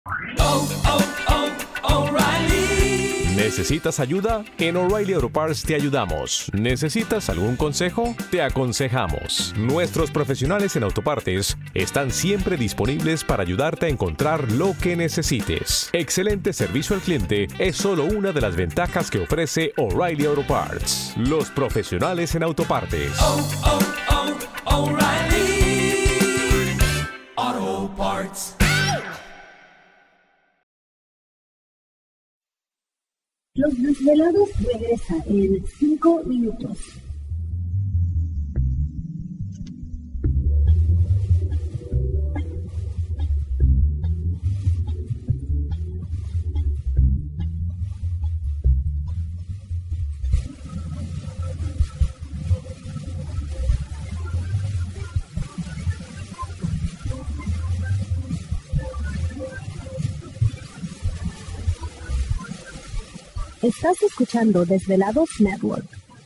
O'Reilly. ¿Necesitas ayuda? En O'Reilly Auto Parts te ayudamos. ¿Necesitas algún consejo? Te aconsejamos. Nuestros profesionales en autopartes están siempre disponibles para ayudarte a encontrar lo que necesites. Excelente servicio al cliente es solo una de las ventajas que ofrece O'Reilly Auto Parts. Los profesionales en autopartes. O'Reilly Auto Parts. Los Desvelados regresa en 5 minutos. Estás escuchando Desvelados Network.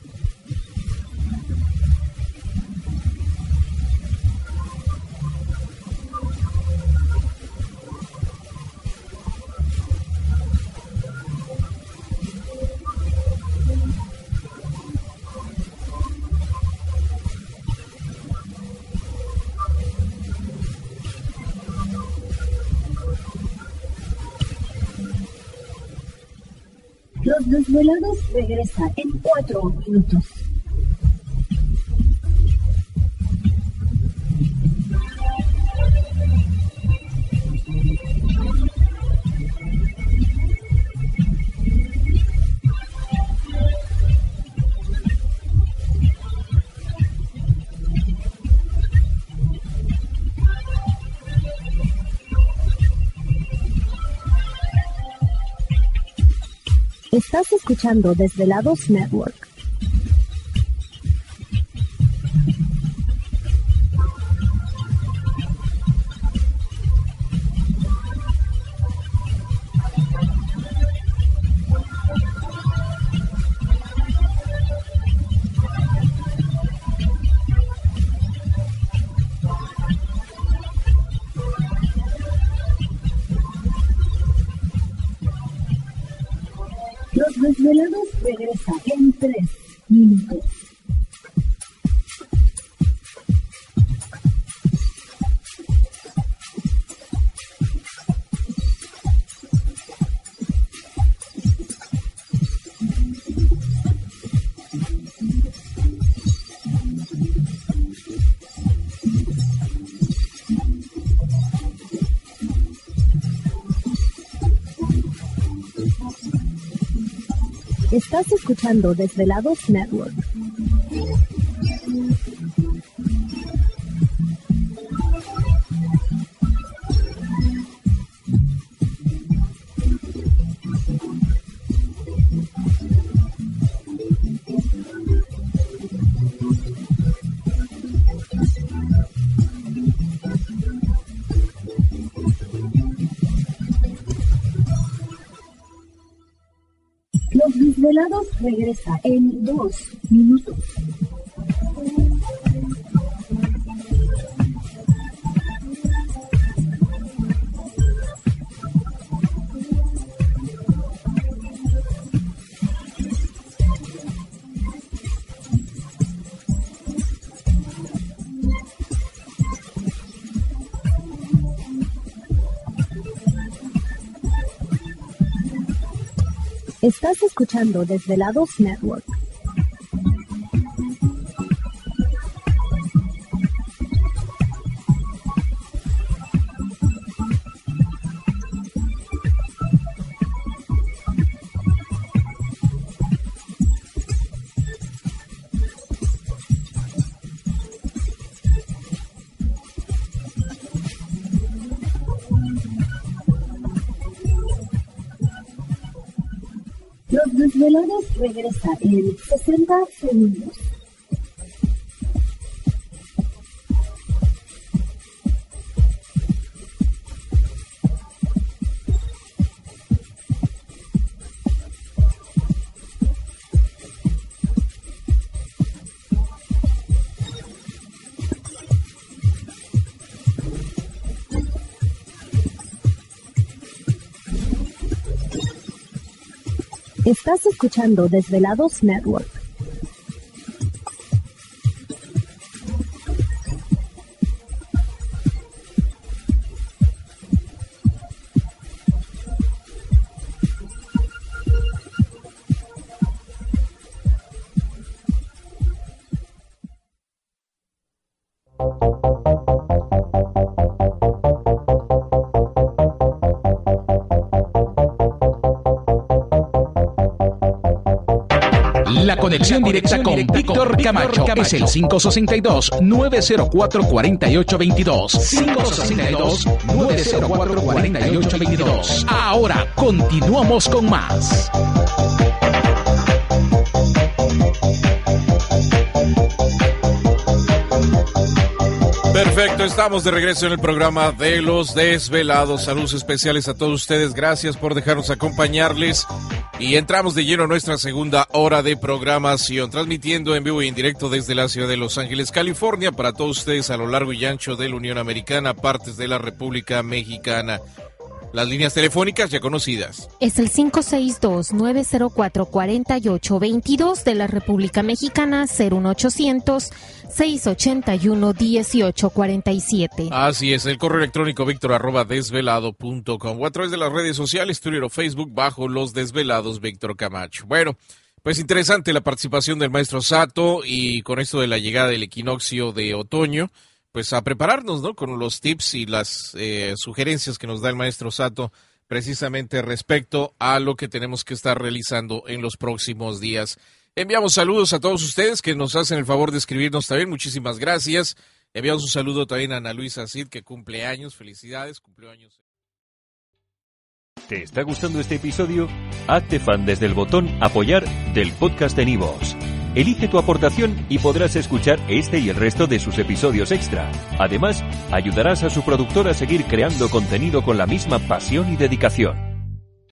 Los Desvelados regresa en 4 minutos. Estás escuchando Desvelados Network. Los Desvelados regresa en 3 minutos. Estás escuchando Desvelados Network. Los Desvelados regresa en 2 minutos. Estás escuchando Desvelados Network. Los Desvelados regresa en 60 segundos. Estás escuchando Desvelados Network. La conexión directa con Víctor Camacho es el 562-904-4822. 562-904-4822. Ahora continuamos con más. Perfecto, estamos de regreso en el programa de Los Desvelados. Saludos especiales a todos ustedes, gracias por dejarnos acompañarles. Y entramos de lleno a nuestra segunda hora de programación, transmitiendo en vivo y en directo desde la ciudad de Los Ángeles, California, para todos ustedes a lo largo y ancho de la Unión Americana, partes de la República Mexicana. Las líneas telefónicas ya conocidas. Es el 562-904-4822 de la República Mexicana, 01800-681-1847. Así es, el correo electrónico victor@desvelado.com o a través de las redes sociales, Twitter o Facebook, bajo Los Desvelados Víctor Camacho. Bueno, pues interesante la participación del maestro Sato, y con esto de la llegada del equinoccio de otoño, pues a prepararnos, ¿no? Con los tips y las sugerencias que nos da el maestro Sato precisamente respecto a lo que tenemos que estar realizando en los próximos días. Enviamos saludos a todos ustedes que nos hacen el favor de escribirnos también. Muchísimas gracias. Enviamos un saludo también a Ana Luisa Cid, que cumple años. Felicidades, cumplió años. ¿Te está gustando este episodio? Hazte fan desde el botón Apoyar del podcast de Nivos. Elige tu aportación y podrás escuchar este y el resto de sus episodios extra. Además, ayudarás a su productor a seguir creando contenido con la misma pasión y dedicación.